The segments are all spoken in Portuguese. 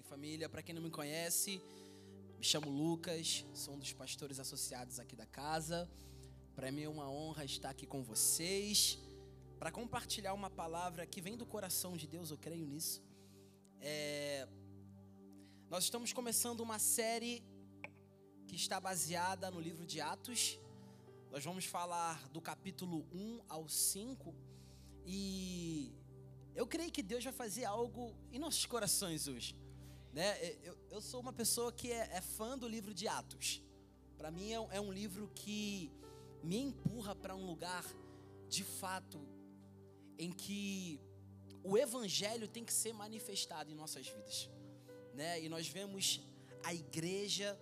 Amém, família. Para quem não me conhece, me chamo Lucas, sou um dos pastores associados aqui da casa. Para mim é uma honra estar aqui com vocês, para compartilhar uma palavra que vem do coração de Deus, eu creio nisso. Nós estamos começando uma série que está baseada no livro de Atos. Nós vamos falar do capítulo 1 ao 5 e eu creio que Deus vai fazer algo em nossos corações hoje, né? Eu sou uma pessoa que é fã do livro de Atos. Para mim é um livro que me empurra para um lugar, de fato, em que o evangelho tem que ser manifestado em nossas vidas, né? E nós vemos a igreja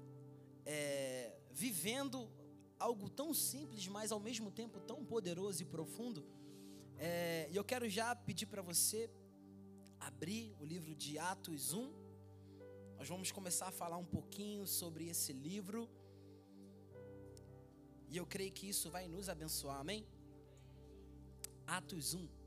vivendo algo tão simples, mas ao mesmo tempo tão poderoso e profundo. E eu quero já pedir para você abrir o livro de Atos 1. Nós vamos começar a falar um pouquinho sobre esse livro. E eu creio que isso vai nos abençoar, amém? Atos 1.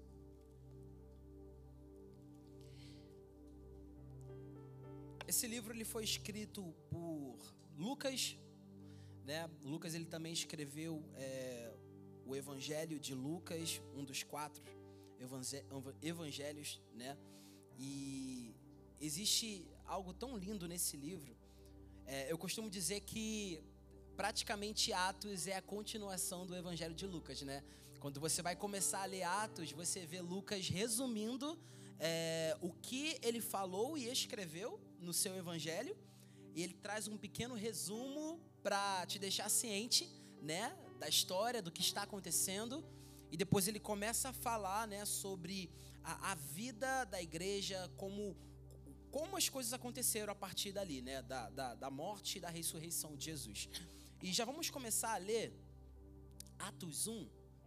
Esse livro ele foi escrito por Lucas, né? Lucas ele também escreveu o Evangelho de Lucas, um dos 4 evangelhos, né? E existe algo tão lindo nesse livro. Eu costumo dizer que praticamente Atos é a continuação do Evangelho de Lucas, né? Quando você vai começar a ler Atos, você vê Lucas resumindo o que ele falou e escreveu no seu Evangelho, e ele traz um pequeno resumo para te deixar ciente, né, da história, do que está acontecendo, e depois ele começa a falar, né, sobre a vida da igreja, como as coisas aconteceram a partir dali, né, da morte e da ressurreição de Jesus. E já vamos começar a ler Atos 1,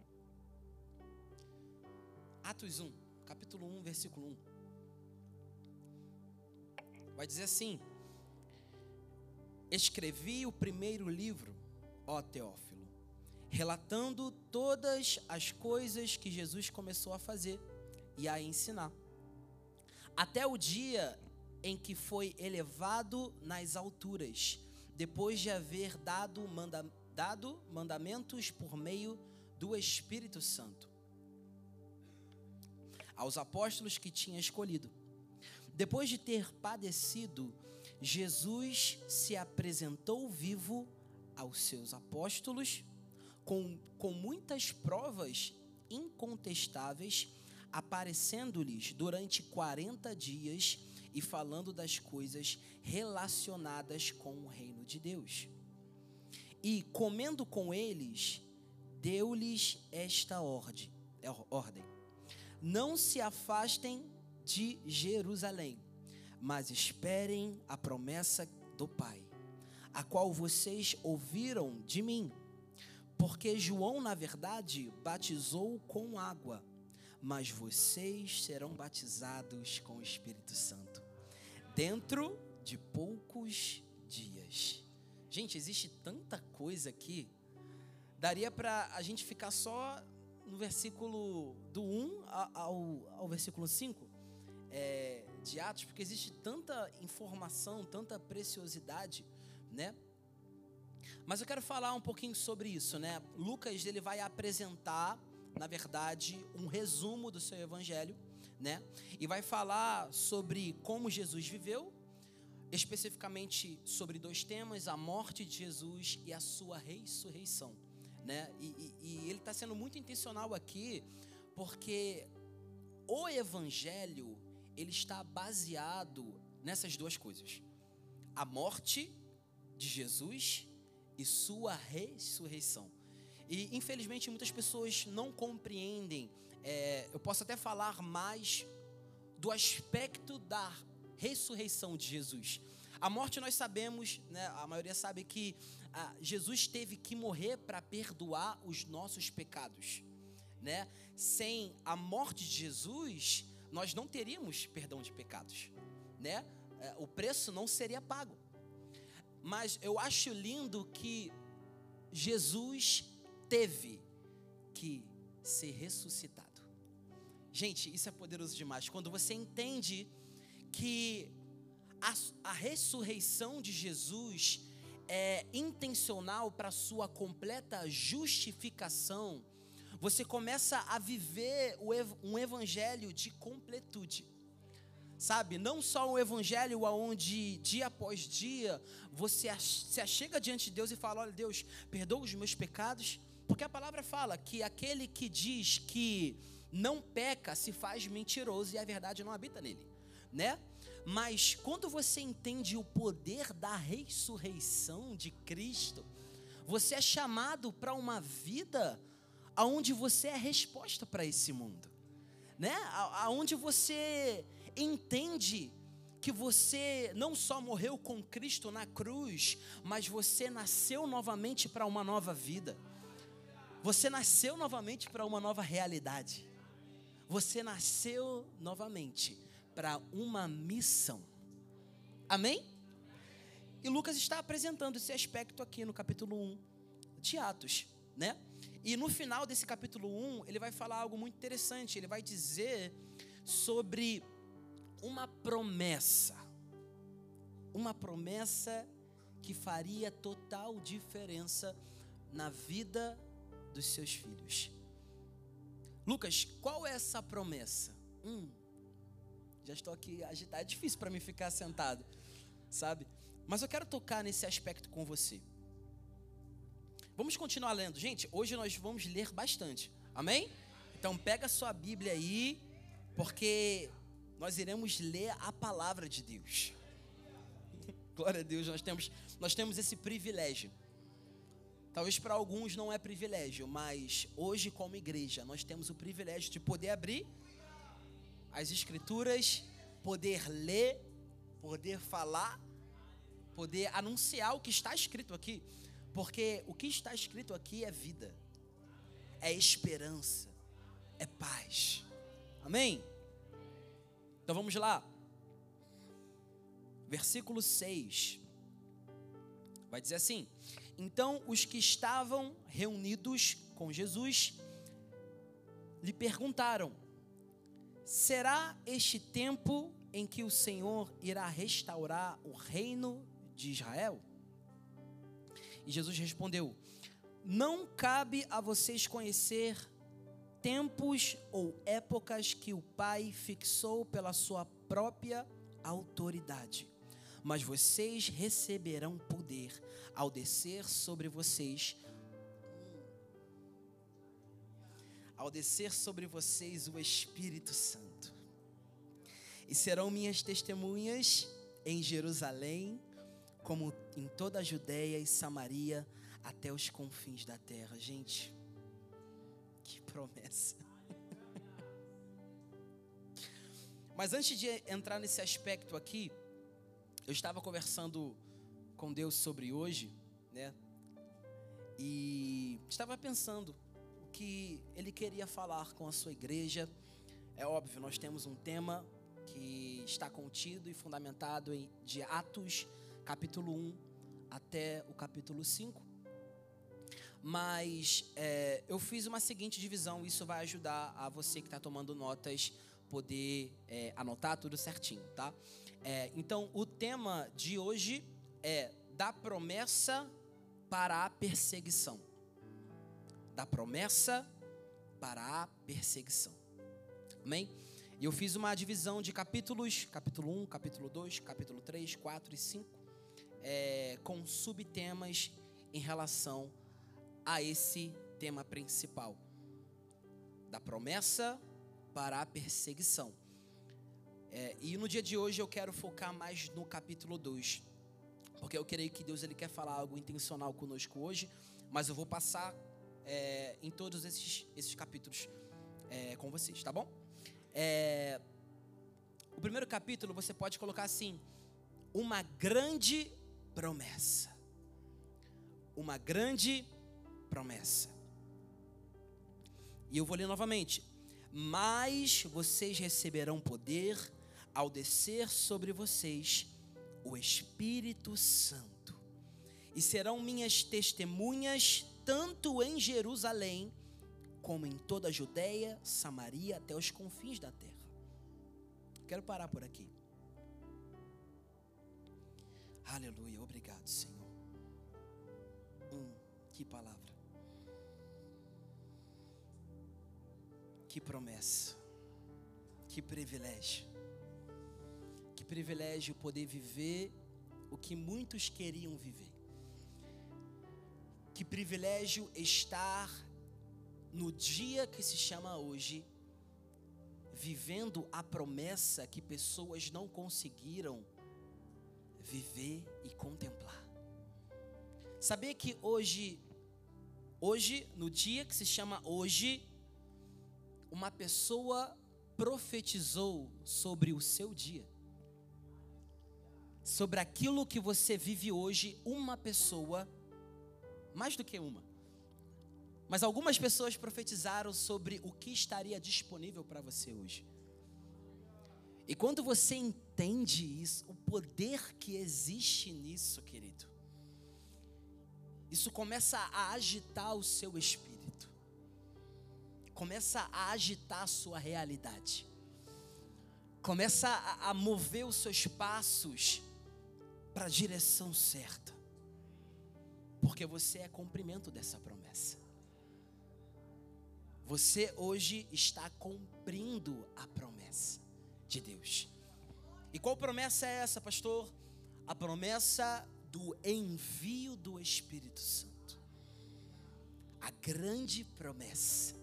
capítulo 1, versículo 1. Vai dizer assim: escrevi o primeiro livro, ó Teófilo, relatando todas as coisas que Jesus começou a fazer e a ensinar, até o dia em que foi elevado nas alturas, depois de haver dado mandamentos por meio do Espírito Santo aos apóstolos que tinha escolhido. Depois de ter padecido, Jesus se apresentou vivo aos seus apóstolos com muitas provas incontestáveis, aparecendo-lhes durante 40 dias e falando das coisas relacionadas com o reino de Deus. E comendo com eles, deu-lhes esta ordem: não se afastem de Jerusalém, mas esperem a promessa do Pai, a qual vocês ouviram de mim. Porque João, na verdade, batizou com água, mas vocês serão batizados com o Espírito Santo dentro de poucos dias. Gente, existe tanta coisa aqui. Daria para a gente ficar só no versículo do 1 ao versículo 5 de Atos, porque existe tanta informação, tanta preciosidade, né? Mas eu quero falar um pouquinho sobre isso, né? Lucas, ele vai apresentar, na verdade, um resumo do seu evangelho, né? E vai falar sobre como Jesus viveu, especificamente sobre 2 temas: a morte de Jesus e a sua ressurreição, né? E ele está sendo muito intencional aqui, porque o evangelho, ele está baseado nessas 2 coisas: a morte de Jesus e sua ressurreição. E infelizmente muitas pessoas não compreendem. Eu posso até falar mais do aspecto da ressurreição de Jesus. A morte nós sabemos, né, a maioria sabe que Jesus teve que morrer para perdoar os nossos pecados, né? Sem a morte de Jesus, nós não teríamos perdão de pecados, né? O preço não seria pago. Mas eu acho lindo que Jesus teve que ser ressuscitado. Gente, isso é poderoso demais. Quando você entende que a ressurreição de Jesus é intencional para a sua completa justificação, você começa a viver um evangelho de completude. Sabe, não só um evangelho onde dia após dia você se achega diante de Deus e fala: olha, Deus, perdoa os meus pecados, porque a palavra fala que aquele que diz que não peca se faz mentiroso e a verdade não habita nele, né? Mas quando você entende o poder da ressurreição de Cristo, você é chamado para uma vida onde você é resposta para esse mundo, né? Onde você entende que você não só morreu com Cristo na cruz, mas você nasceu novamente para uma nova vida. Você nasceu novamente para uma nova realidade. Você nasceu novamente para uma missão. Amém? E Lucas está apresentando esse aspecto aqui no capítulo 1 de Atos, né? E no final desse capítulo 1, ele vai falar algo muito interessante. Ele vai dizer sobre uma promessa que faria total diferença na vida dos seus filhos. Lucas, qual é essa promessa? Já estou aqui agitado, é difícil para mim ficar sentado, sabe? Mas eu quero tocar nesse aspecto com você. Vamos continuar lendo. Gente, hoje nós vamos ler bastante, amém? Então pega a sua Bíblia aí, porque nós iremos ler a palavra de Deus. Glória a Deus, nós temos esse privilégio. Talvez para alguns não é privilégio, mas hoje como igreja nós temos o privilégio de poder abrir as escrituras, poder ler, poder falar, poder anunciar o que está escrito aqui. Porque o que está escrito aqui é vida, é esperança, é paz. Amém? Então vamos lá. Versículo 6. Vai dizer assim: então os que estavam reunidos com Jesus lhe perguntaram: será este tempo em que o Senhor irá restaurar o reino de Israel? E Jesus respondeu: não cabe a vocês conhecer tempos ou épocas que o Pai fixou pela sua própria autoridade, mas vocês receberão poder ao descer sobre vocês o Espírito Santo, e serão minhas testemunhas em Jerusalém, como em toda a Judeia e Samaria, até os confins da terra. Gente, que promessa. Mas antes de entrar nesse aspecto aqui, eu estava conversando com Deus sobre hoje, né? E estava pensando o que Ele queria falar com a sua igreja. É óbvio, nós temos um tema que está contido e fundamentado de Atos, capítulo 1 até o capítulo 5. Mas eu fiz uma seguinte divisão. Isso vai ajudar a você que está tomando notas poder anotar tudo certinho, tá? Então o tema de hoje é da promessa para a perseguição. Da promessa para a perseguição. Amém? E eu fiz uma divisão de capítulos, capítulo 1, capítulo 2, capítulo 3, 4 e 5, com subtemas em relação a esse tema principal, da promessa para a perseguição. E no dia de hoje eu quero focar mais no capítulo 2, porque eu creio que Deus ele quer falar algo intencional conosco hoje, mas eu vou passar em todos esses capítulos com vocês, tá bom? O primeiro capítulo você pode colocar assim: uma grande promessa. Uma grande promessa. E eu vou ler novamente: mas vocês receberão poder ao descer sobre vocês o Espírito Santo, e serão minhas testemunhas tanto em Jerusalém como em toda a Judeia, Samaria, até os confins da terra. Quero parar por aqui. Aleluia, obrigado, Senhor. Que palavra. Que promessa. Que privilégio. Que privilégio poder viver o que muitos queriam viver. Que privilégio estar no dia que se chama hoje, vivendo a promessa que pessoas não conseguiram viver e contemplar. Saber que hoje, no dia que se chama hoje, uma pessoa profetizou sobre o seu dia. Sobre aquilo que você vive hoje, uma pessoa, mais do que uma, mas algumas pessoas profetizaram sobre o que estaria disponível para você hoje. E quando você entende isso, o poder que existe nisso, querido, isso começa a agitar o seu espírito, começa a agitar a sua realidade, começa a mover os seus passos para a direção certa, porque você é cumprimento dessa promessa. Você hoje está cumprindo a promessa de Deus. E qual promessa é essa, pastor? A promessa do envio do Espírito Santo. A grande promessa.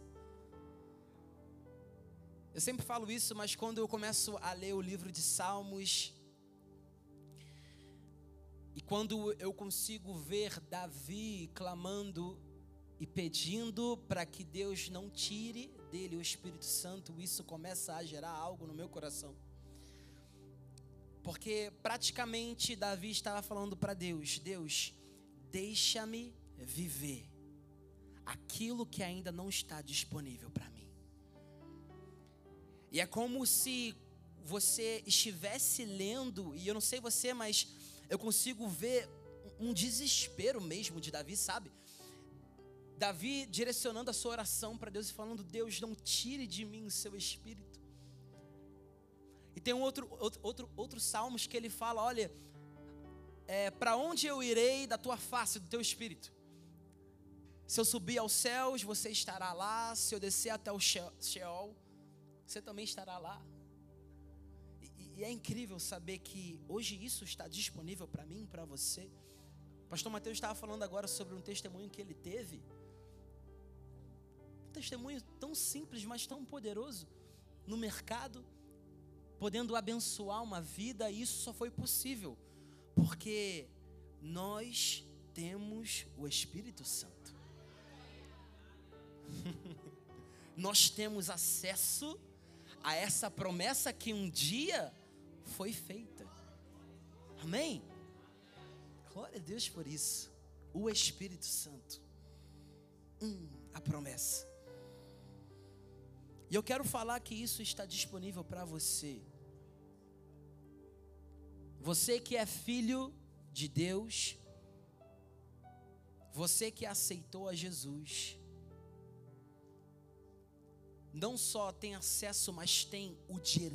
Eu sempre falo isso, mas quando eu começo a ler o livro de Salmos, e quando eu consigo ver Davi clamando e pedindo para que Deus não tire dele o Espírito Santo, isso começa a gerar algo no meu coração. Porque praticamente Davi estava falando para Deus: Deus, deixa-me viver aquilo que ainda não está disponível para mim. E é como se você estivesse lendo, e eu não sei você, mas eu consigo ver um desespero mesmo de Davi, sabe? Davi direcionando a sua oração para Deus e falando: Deus, não tire de mim o seu espírito. E tem outro salmos que ele fala: olha, para onde eu irei da tua face, do teu espírito? Se eu subir aos céus, você estará lá. Se eu descer até o Sheol, você também estará lá. E é incrível saber que hoje isso está disponível para mim e para você. O pastor Mateus estava falando agora sobre um testemunho que ele teve. Um testemunho tão simples, mas tão poderoso. No mercado, podendo abençoar uma vida. E isso só foi possível porque nós temos o Espírito Santo. Nós temos acesso a essa promessa que um dia foi feita. Amém? Glória a Deus por isso. O Espírito Santo. A promessa. E eu quero falar que isso está disponível para você. Você que é filho de Deus, você que aceitou a Jesus, não só tem acesso, mas tem o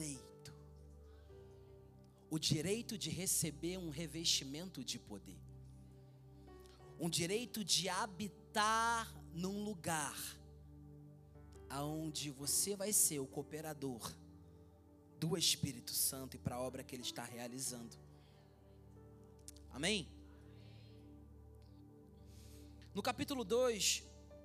direito de receber um revestimento de poder, um direito de habitar num lugar aonde você vai ser o cooperador do Espírito Santo e para a obra que Ele está realizando. Amém? No capítulo 2,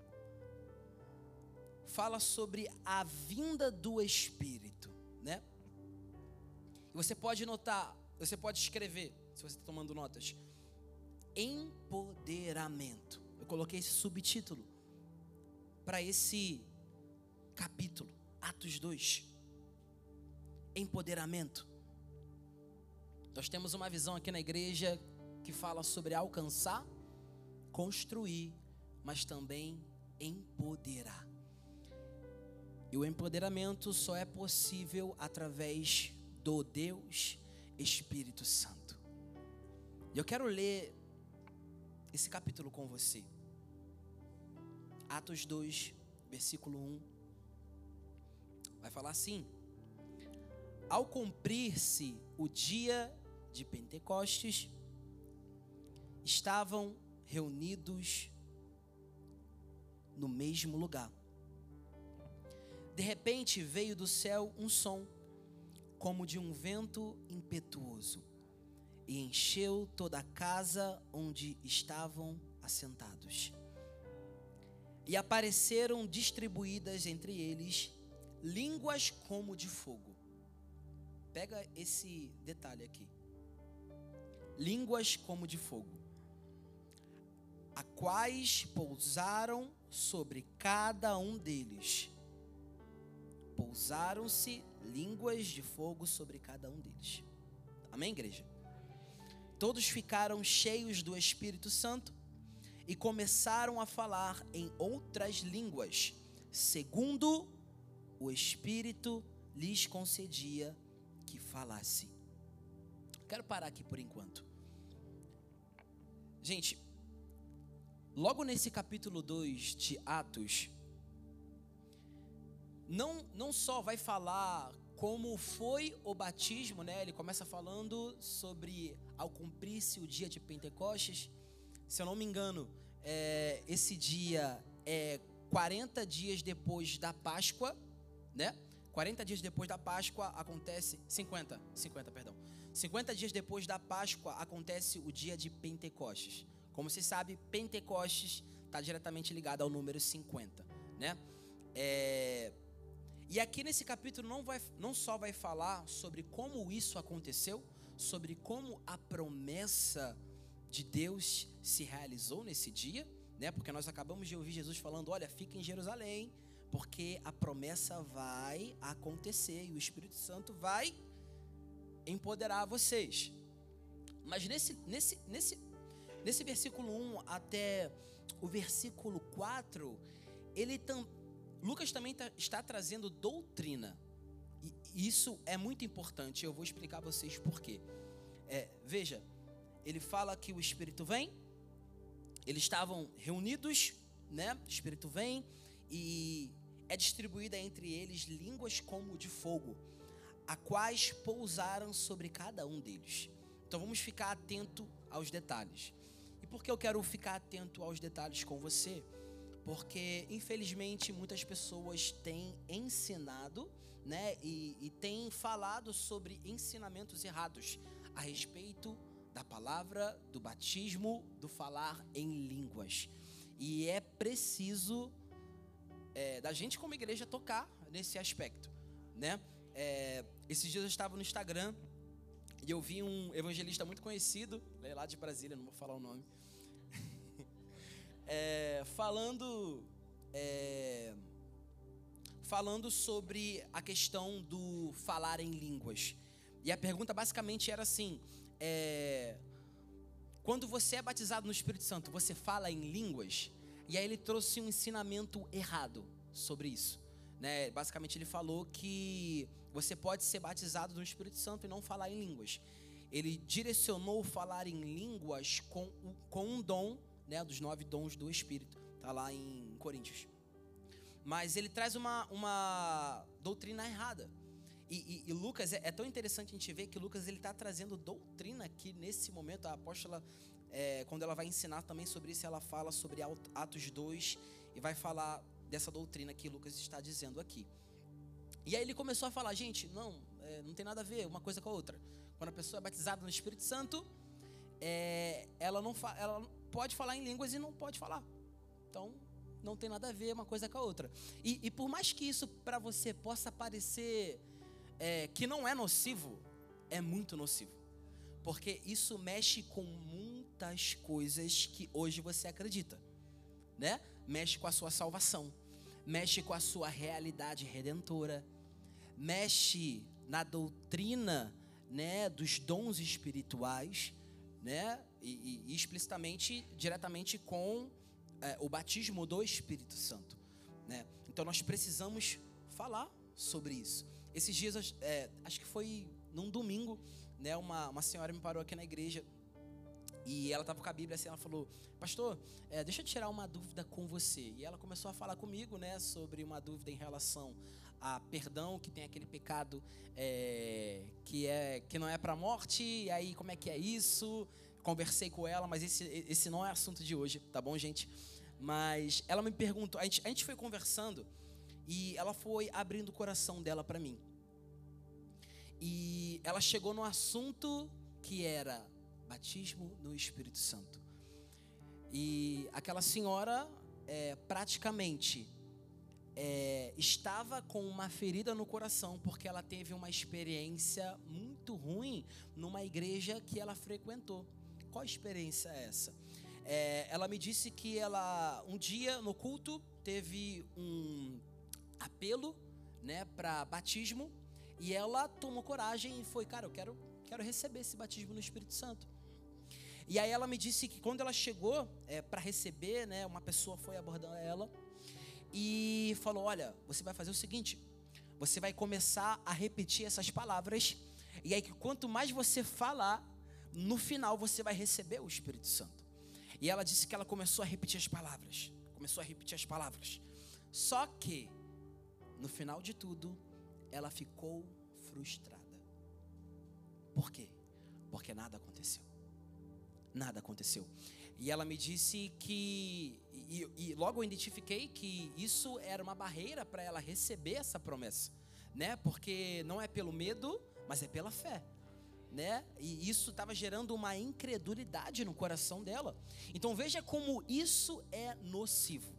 fala sobre a vinda do Espírito, né? E você pode notar, você pode escrever, se você está tomando notas: empoderamento. Eu coloquei esse subtítulo para esse capítulo, Atos 2. Empoderamento. Nós temos uma visão aqui na igreja que fala sobre alcançar, construir, mas também empoderar. E o empoderamento só é possível através do Deus Espírito Santo. E eu quero ler esse capítulo com você. Atos 2, versículo 1. Vai falar assim: ao cumprir-se o dia de Pentecostes, estavam reunidos no mesmo lugar. De repente veio do céu um som, como de um vento impetuoso, e encheu toda a casa onde estavam assentados. E apareceram distribuídas entre eles línguas como de fogo. Pega esse detalhe aqui. Línguas como de fogo, a quais pousaram sobre cada um deles. Pousaram-se línguas de fogo sobre cada um deles. Amém, igreja? Todos ficaram cheios do Espírito Santo e começaram a falar em outras línguas, segundo o Espírito lhes concedia que falasse. Quero parar aqui por enquanto. Gente, logo nesse capítulo 2 de Atos, não só vai falar como foi o batismo, né? Ele começa falando sobre ao cumprir-se o dia de Pentecostes. Se eu não me engano, esse dia é 40 dias depois da Páscoa, né? 40 dias depois da Páscoa acontece... 50 dias depois da Páscoa acontece o dia de Pentecostes. Como você sabe, Pentecostes está diretamente ligado ao número 50, né? E aqui nesse capítulo não só vai falar sobre como isso aconteceu, sobre como a promessa de Deus se realizou nesse dia, né? Porque nós acabamos de ouvir Jesus falando, olha, fica em Jerusalém, porque a promessa vai acontecer e o Espírito Santo vai empoderar vocês. Mas nesse versículo 1 até o versículo 4, Lucas também está trazendo doutrina. E isso é muito importante. Eu vou explicar a vocês por quê. Veja, ele fala que o Espírito vem. Eles estavam reunidos, né? O Espírito vem e é distribuída entre eles línguas como de fogo, a quais pousaram sobre cada um deles. Então vamos ficar atento aos detalhes. E por que eu quero ficar atento aos detalhes com você? Porque infelizmente muitas pessoas têm ensinado, né, e têm falado sobre ensinamentos errados a respeito da palavra, do batismo, do falar em línguas. E é preciso da gente como igreja tocar nesse aspecto, né? Esses dias eu estava no Instagram e eu vi um evangelista muito conhecido, lá de Brasília, não vou falar o nome, falando sobre a questão do falar em línguas. E a pergunta basicamente era assim: quando você é batizado no Espírito Santo, você fala em línguas? E aí ele trouxe um ensinamento errado sobre isso, né? Basicamente ele falou que você pode ser batizado no Espírito Santo e não falar em línguas. Ele direcionou falar em línguas com um dom, né, dos 9 dons do Espírito. Está lá em Coríntios. Mas ele traz uma doutrina errada. E Lucas, é tão interessante a gente ver que Lucas está trazendo doutrina aqui nesse momento. A apóstola, quando ela vai ensinar também sobre isso, ela fala sobre Atos 2 e vai falar dessa doutrina que Lucas está dizendo aqui. E aí ele começou a falar, gente, não tem nada a ver uma coisa com a outra. Quando a pessoa é batizada no Espírito Santo, ela pode falar em línguas e não pode falar. Então, não tem nada a ver uma coisa com a outra. E por mais que isso para você possa parecer que não é nocivo, é muito nocivo. Porque isso mexe com muitas coisas que hoje você acredita, né? Mexe com a sua salvação, mexe com a sua realidade redentora, mexe na doutrina, né, dos dons espirituais, né? E explicitamente, diretamente com o batismo do Espírito Santo, né? Então nós precisamos falar sobre isso. Esses dias, acho que foi num domingo, né, uma senhora me parou aqui na igreja e ela estava com a Bíblia assim, ela falou, pastor, deixa eu tirar uma dúvida com você. E ela começou a falar comigo, né, sobre uma dúvida em relação a perdão, que tem aquele pecado que não é para a morte, e aí como é que é isso? conversei com ela, mas esse não é assunto de hoje, tá bom, gente? Mas ela me perguntou, a gente foi conversando e ela foi abrindo o coração dela para mim. E ela chegou no assunto que era batismo no Espírito Santo. E aquela senhora praticamente estava com uma ferida no coração, porque ela teve uma experiência muito ruim numa igreja que ela frequentou. Qual experiência é essa? Ela me disse que ela, um dia no culto, teve um apelo, né, para batismo, e ela tomou coragem e foi, cara, eu quero receber esse batismo no Espírito Santo. E aí ela me disse que quando ela chegou para receber, né, uma pessoa foi abordar ela e falou, olha, você vai fazer o seguinte, você vai começar a repetir essas palavras, e aí que quanto mais você falar, no final você vai receber o Espírito Santo. E ela disse que ela começou a repetir as palavras, só que no final de tudo ela ficou frustrada. Por quê? Porque nada aconteceu. E ela me disse que, e logo eu identifiquei que isso era uma barreira para ela receber essa promessa, né? Porque não é pelo medo, mas é pela fé, né? E isso estava gerando uma incredulidade no coração dela. Então veja como isso é nocivo.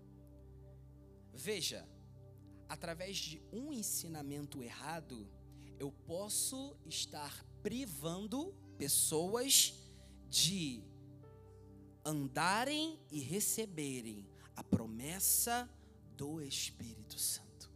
Veja, através de um ensinamento errado, eu posso estar privando pessoas de andarem e receberem a promessa do Espírito Santo.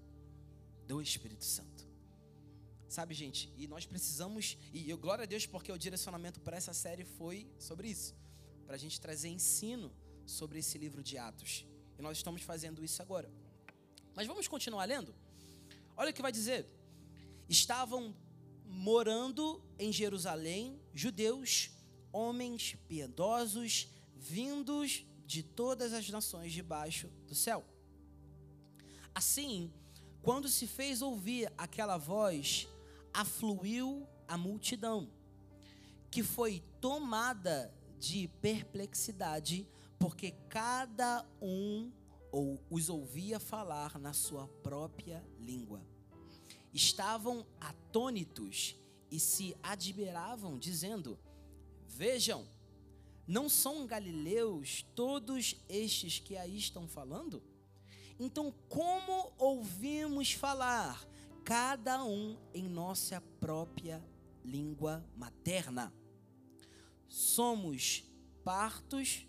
Sabe, gente, e nós precisamos, e eu glória a Deus porque o direcionamento para essa série foi sobre isso, para a gente trazer ensino sobre esse livro de Atos. E nós estamos fazendo isso agora. Mas vamos continuar lendo? Olha o que vai dizer. Estavam morando em Jerusalém judeus, homens piedosos, vindos de todas as nações debaixo do céu. Assim, quando se fez ouvir aquela voz, afluiu a multidão, que foi tomada de perplexidade, porque cada um os ouvia falar na sua própria língua. Estavam atônitos e se admiravam, dizendo: vejam, não são galileus todos estes que aí estão falando? Então, como ouvimos falar, cada um em nossa própria língua materna? Somos partos,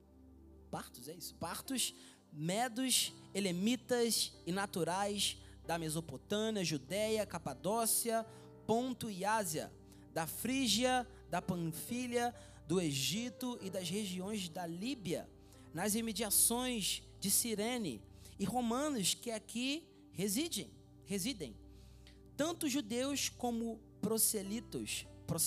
medos, elemitas e naturais da Mesopotâmia, Judéia, Capadócia, Ponto e Ásia, da Frígia, da Panfilha, do Egito e das regiões da Líbia, nas imediações de Cirene, e romanos que aqui residem, tanto judeus como prosélitos,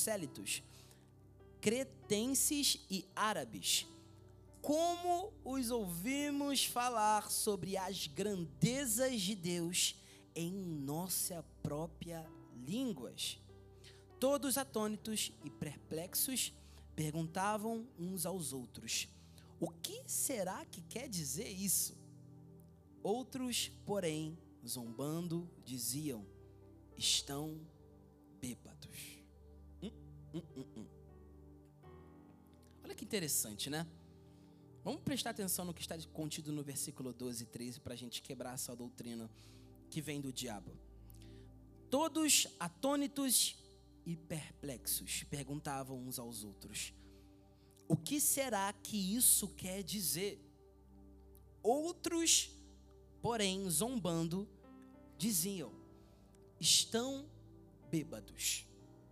cretenses e árabes. Como os ouvimos falar sobre as grandezas de Deus em nossa própria línguas. Todos atônitos e perplexos perguntavam uns aos outros: o que será que quer dizer isso? Outros, porém, zombando, diziam: estão bêbados. Olha que interessante, né? Vamos prestar atenção no que está contido no versículo 12 e 13 para a gente quebrar essa doutrina que vem do diabo. Todos atônitos e perplexos perguntavam uns aos outros: o que será que isso quer dizer? Outros, porém, zombando, diziam: estão bêbados.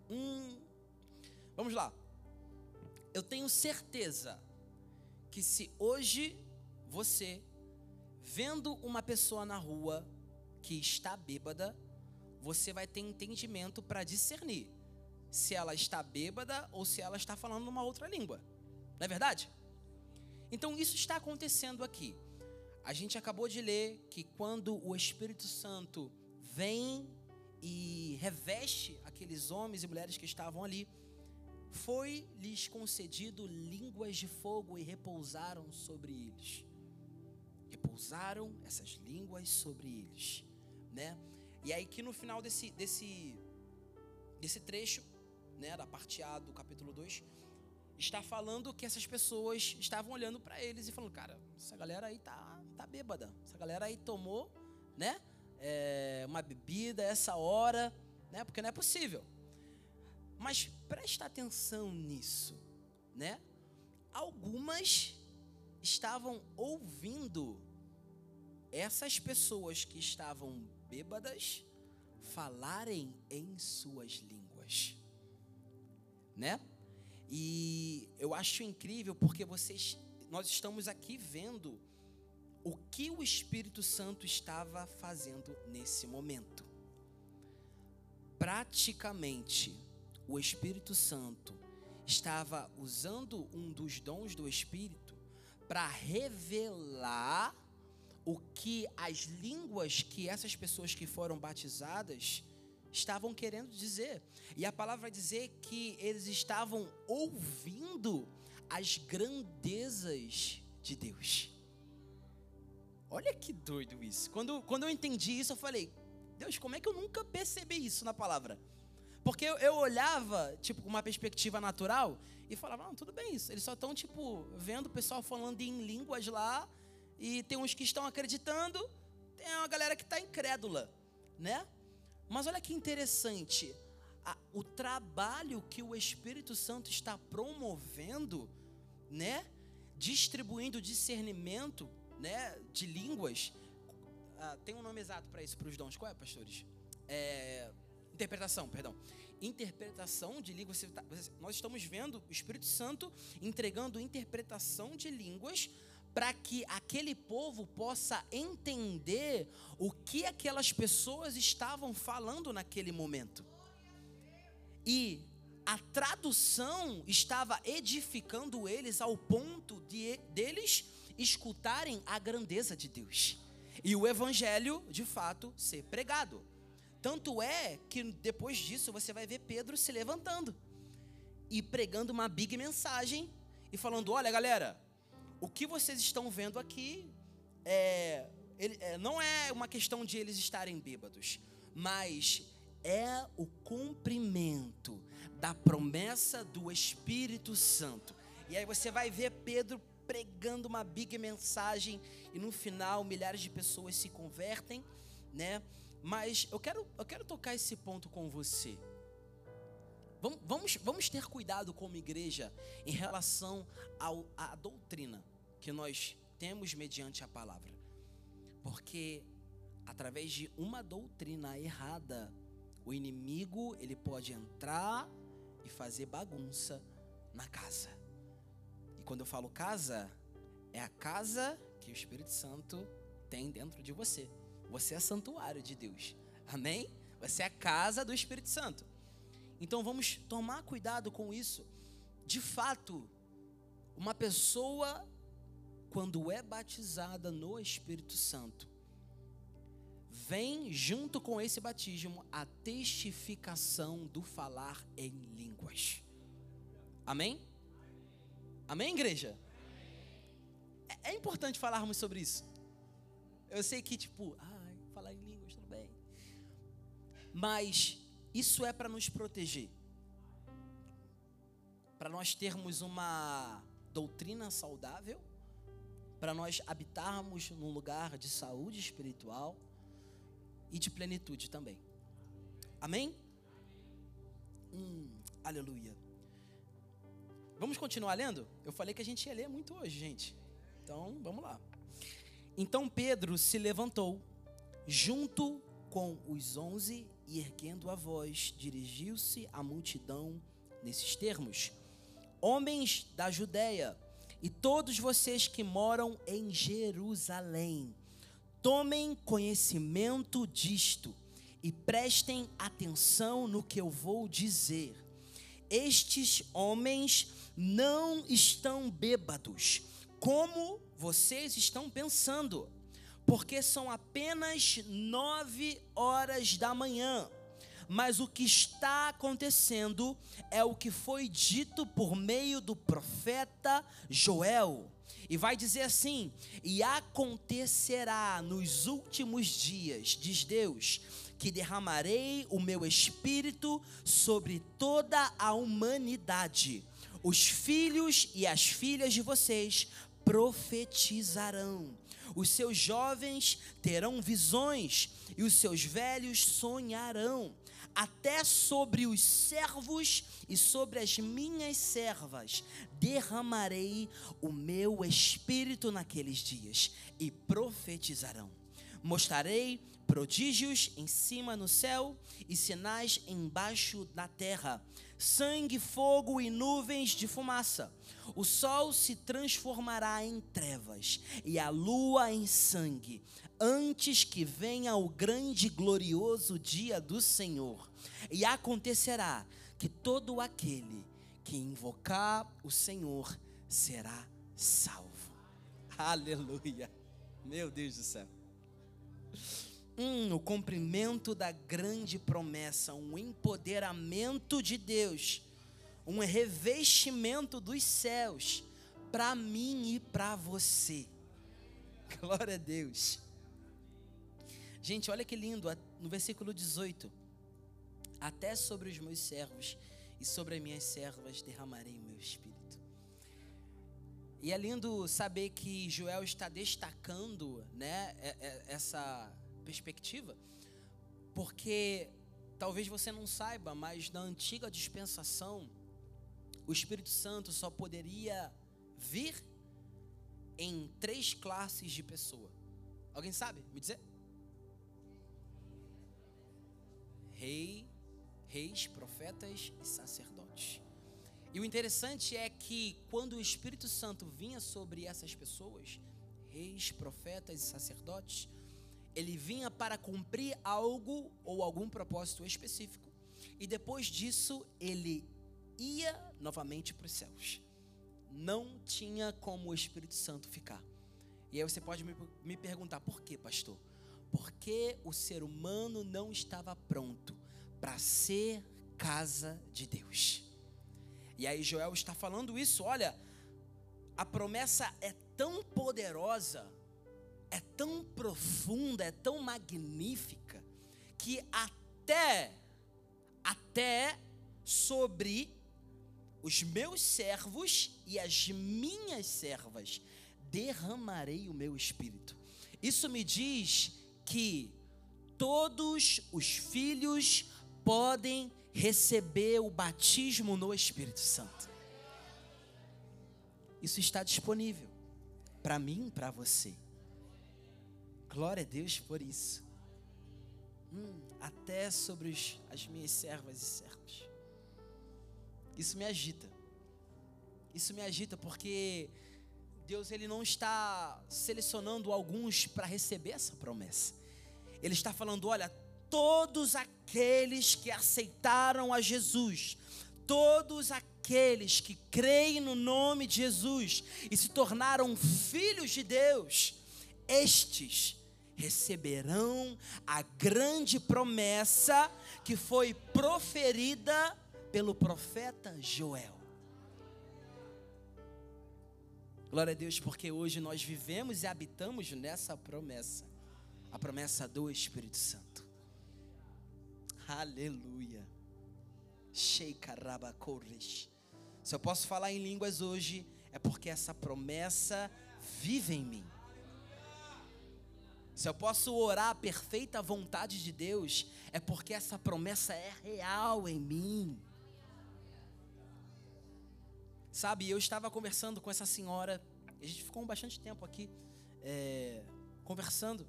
Vamos lá. Eu tenho certeza que se hoje você, vendo uma pessoa na rua que está bêbada, você vai ter entendimento para discernir se ela está bêbada ou se ela está falando uma outra língua. Não é verdade? Então isso está acontecendo aqui. A gente acabou de ler que quando o Espírito Santo vem e reveste aqueles homens e mulheres que estavam ali, foi-lhes concedido línguas de fogo e repousaram sobre eles. Repousaram essas línguas sobre eles, né? E aí que no final desse trecho, né, da parte A do capítulo 2, está falando que essas pessoas estavam olhando para eles e falando, cara, essa galera aí tá bêbada, essa galera aí tomou, né, uma bebida essa hora, né, porque não é possível. Mas presta atenção nisso, né? Algumas estavam ouvindo essas pessoas que estavam bêbadas falarem em suas línguas, né? E eu acho incrível porque nós estamos aqui vendo o que o Espírito Santo estava fazendo nesse momento. Praticamente, o Espírito Santo estava usando um dos dons do Espírito para revelar o que as línguas que essas pessoas que foram batizadas estavam querendo dizer. E a palavra vai dizer que eles estavam ouvindo as grandezas de Deus. Olha que doido isso. Quando eu entendi isso, eu falei, Deus, como é que eu nunca percebi isso na palavra? Porque eu olhava, tipo, com uma perspectiva natural e falava, não, tudo bem isso. Eles só estão, tipo, vendo o pessoal falando em línguas lá e tem uns que estão acreditando, tem uma galera que está incrédula, né? Mas olha que interessante, o trabalho que o Espírito Santo está promovendo, né? Distribuindo discernimento, né? De línguas. Tem um nome exato para isso, para os dons. Qual é, pastores? Interpretação, perdão. Interpretação de línguas. Nós estamos vendo o Espírito Santo entregando interpretação de línguas para que aquele povo possa entender o que aquelas pessoas estavam falando naquele momento. E a tradução estava edificando eles ao ponto deles escutarem a grandeza de Deus. E o evangelho, de fato, ser pregado. Tanto é que depois disso você vai ver Pedro se levantando e pregando uma big mensagem e falando, olha galera, o que vocês estão vendo aqui não é uma questão de eles estarem bêbados, mas é o cumprimento da promessa do Espírito Santo. E aí você vai ver Pedro pregando uma big mensagem e no final milhares de pessoas se convertem, né? Mas eu quero tocar esse ponto com você. Vamos ter cuidado como igreja em relação à doutrina que nós temos mediante a palavra. Porque através de uma doutrina errada, o inimigo ele pode entrar e fazer bagunça na casa. E quando eu falo casa, é a casa que o Espírito Santo tem dentro de você. Você é santuário de Deus, amém? Você é a casa do Espírito Santo. Então vamos tomar cuidado com isso. De fato, uma pessoa, quando é batizada no Espírito Santo, vem junto com esse batismo a testificação do falar em línguas. Amém? Amém, igreja? É importante falarmos sobre isso. Eu sei que falar em línguas, tudo bem. Mas isso é para nos proteger. Para nós termos uma doutrina saudável. Para nós habitarmos num lugar de saúde espiritual e de plenitude também. Amém? Aleluia. Vamos continuar lendo? Eu falei que a gente ia ler muito hoje, gente. Então, vamos lá. Então Pedro se levantou, junto com os 11, e erguendo a voz, dirigiu-se à multidão nesses termos: homens da Judéia, e todos vocês que moram em Jerusalém, tomem conhecimento disto e prestem atenção no que eu vou dizer. Estes homens não estão bêbados, como vocês estão pensando, porque são apenas 9 horas da manhã. mas o que está acontecendo é o que foi dito por meio do profeta Joel. E vai dizer assim: e acontecerá nos últimos dias, diz Deus, que derramarei o meu espírito sobre toda a humanidade. Os filhos e as filhas de vocês profetizarão. Os seus jovens terão visões e os seus velhos sonharão. Até sobre os servos e sobre as minhas servas derramarei o meu espírito naqueles dias e profetizarão. Mostrarei prodígios em cima no céu e sinais embaixo na terra: sangue, fogo e nuvens de fumaça. O sol se transformará em trevas e a lua em sangue, antes que venha o grande e glorioso dia do Senhor. E acontecerá que todo aquele que invocar o Senhor será salvo. Aleluia. Meu Deus do céu. O cumprimento da grande promessa, um empoderamento de Deus, um revestimento dos céus para mim e para você. Glória a Deus. Gente, olha que lindo, no versículo 18: até sobre os meus servos e sobre as minhas servas derramarei o meu espírito. E é lindo saber que Joel está destacando, né, essa perspectiva, porque talvez você não saiba, mas na antiga dispensação o Espírito Santo só poderia vir em 3 classes de pessoa. Alguém sabe me dizer? Reis, profetas e sacerdotes. E o interessante é que quando o Espírito Santo vinha sobre essas pessoas, reis, profetas e sacerdotes, ele vinha para cumprir algo ou algum propósito específico, e depois disso ele ia novamente para os céus. Não tinha como o Espírito Santo ficar. E aí você pode me perguntar: por quê, pastor? Porque o ser humano não estava pronto para ser casa de Deus. E aí Joel está falando isso. Olha, a promessa é tão poderosa, é tão profunda, é tão magnífica, que até sobre os meus servos e as minhas servas derramarei o meu espírito. Isso me diz que todos os filhos podem receber o batismo no Espírito Santo. Isso está disponível para mim e para você. Glória a Deus por isso. Até sobre as minhas servas e servos. Isso me agita. Isso me agita porque Deus, ele não está selecionando alguns para receber essa promessa. Ele está falando: olha, todos aqueles que aceitaram a Jesus, todos aqueles que creem no nome de Jesus e se tornaram filhos de Deus, estes receberão a grande promessa que foi proferida pelo profeta Joel. Glória a Deus, porque hoje nós vivemos e habitamos nessa promessa, a promessa do Espírito Santo. Aleluia. Se eu posso falar em línguas hoje, é porque essa promessa vive em mim. Se eu posso orar a perfeita vontade de Deus, é porque essa promessa é real em mim. Sabe, eu estava conversando com essa senhora, a gente ficou bastante tempo aqui conversando.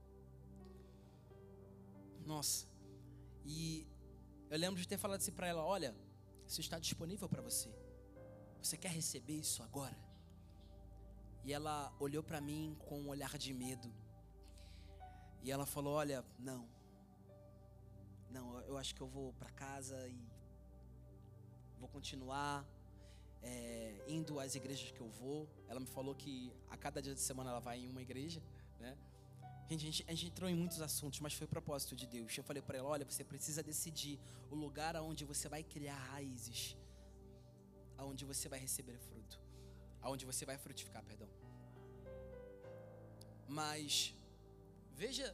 Nossa, e eu lembro de ter falado assim para ela: olha, isso está disponível para você. Você quer receber isso agora? E ela olhou para mim com um olhar de medo. E ela falou: olha, não, eu acho que eu vou para casa e vou continuar indo às igrejas que eu vou. Ela me falou que a cada dia de semana ela vai em uma igreja, né? A gente entrou em muitos assuntos, mas foi o propósito de Deus. Eu falei para ela, olha, você precisa decidir o lugar aonde você vai criar raízes, aonde você vai receber fruto, aonde você vai frutificar, perdão. Mas veja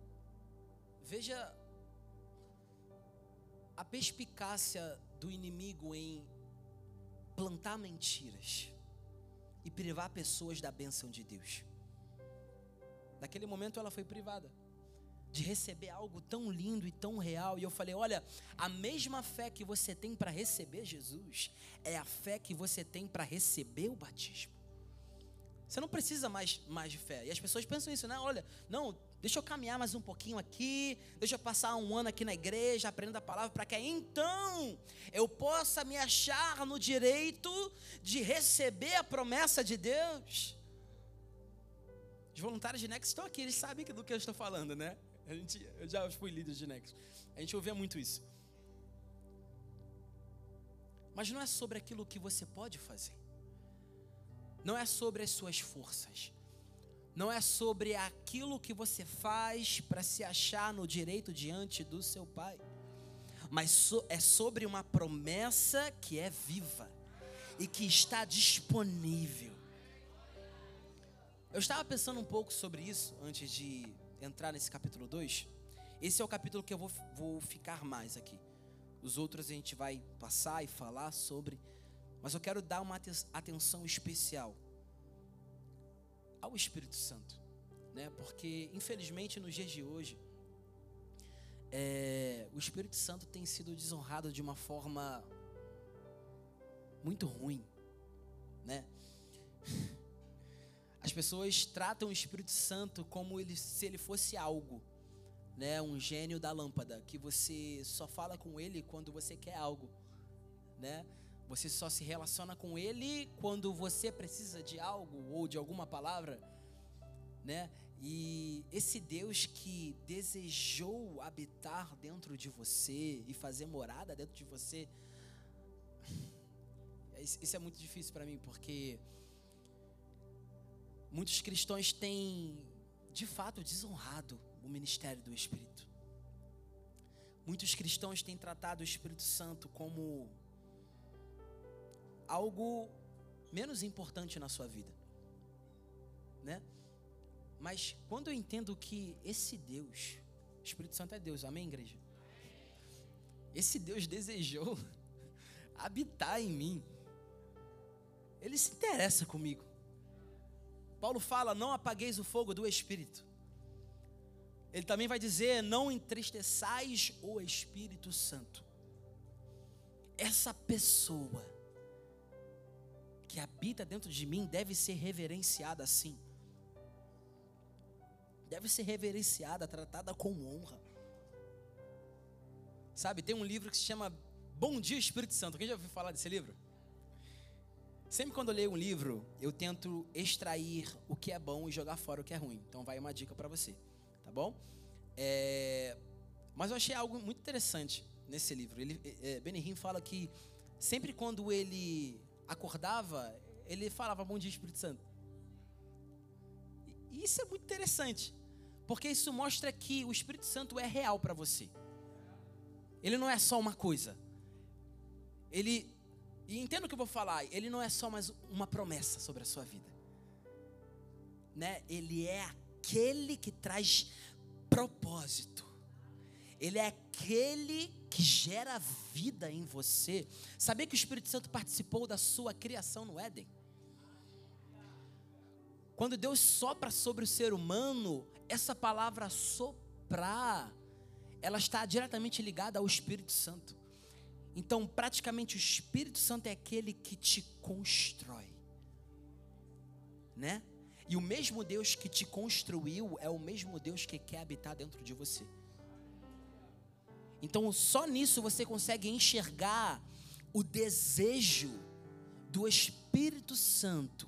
a perspicácia do inimigo em plantar mentiras e privar pessoas da bênção de Deus. Naquele momento ela foi privada de receber algo tão lindo e tão real. E eu falei, olha, a mesma fé que você tem para receber Jesus é a fé que você tem para receber o batismo. Você não precisa mais de fé. E as pessoas pensam isso, né? Olha, não, deixa eu caminhar mais um pouquinho aqui, deixa eu passar um ano aqui na igreja, aprendendo a palavra, para que então eu possa me achar no direito de receber a promessa de Deus. Os voluntários de Next estão aqui, eles sabem do que eu estou falando, né? Eu já fui líder de Next. A gente ouvia muito isso. Mas não é sobre aquilo que você pode fazer. Não é sobre as suas forças. Não é sobre aquilo que você faz para se achar no direito diante do seu Pai. Mas é sobre uma promessa que é viva e que está disponível. Eu estava pensando um pouco sobre isso antes de entrar nesse capítulo 2. Esse é o capítulo que eu vou ficar mais aqui. Os outros a gente vai passar e falar sobre. Mas eu quero dar uma atenção especial ao Espírito Santo, né? Porque infelizmente nos dias de hoje o Espírito Santo tem sido desonrado de uma forma muito ruim, né? As pessoas tratam o Espírito Santo como se ele fosse algo, né? Um gênio da lâmpada, que você só fala com ele quando você quer algo, né? Você só se relaciona com ele quando você precisa de algo ou de alguma palavra, né? E esse Deus que desejou habitar dentro de você e fazer morada dentro de você, isso é muito difícil para mim, porque muitos cristãos têm, de fato, desonrado o ministério do Espírito. Muitos cristãos têm tratado o Espírito Santo como algo menos importante na sua vida, né? Mas quando eu entendo que esse Deus, o Espírito Santo é Deus, amém, igreja? Esse Deus desejou habitar em mim. Ele se interessa comigo. Paulo fala, não apagueis o fogo do Espírito. Ele também vai dizer, não entristeçais o Espírito Santo. Essa pessoa que habita dentro de mim deve ser reverenciada assim. Deve ser reverenciada, tratada com honra. Sabe, tem um livro que se chama Bom Dia Espírito Santo. Quem já ouviu falar desse livro? Sempre quando eu leio um livro, eu tento extrair o que é bom e jogar fora o que é ruim. Então vai uma dica para você, tá bom? Mas eu achei algo muito interessante nesse livro. Benihim fala que sempre quando ele acordava, ele falava Bom Dia Espírito Santo. E isso é muito interessante, porque isso mostra que o Espírito Santo é real para você. Ele não é só uma coisa. E entenda o que eu vou falar, ele não é só mais uma promessa sobre a sua vida, né? Ele é aquele que traz propósito. Ele é aquele que gera vida em você. Sabia que o Espírito Santo participou da sua criação no Éden? Quando Deus sopra sobre o ser humano, essa palavra soprar, ela está diretamente ligada ao Espírito Santo. Então, praticamente, o Espírito Santo é aquele que te constrói, né? E o mesmo Deus que te construiu é o mesmo Deus que quer habitar dentro de você. Então, só nisso você consegue enxergar o desejo do Espírito Santo.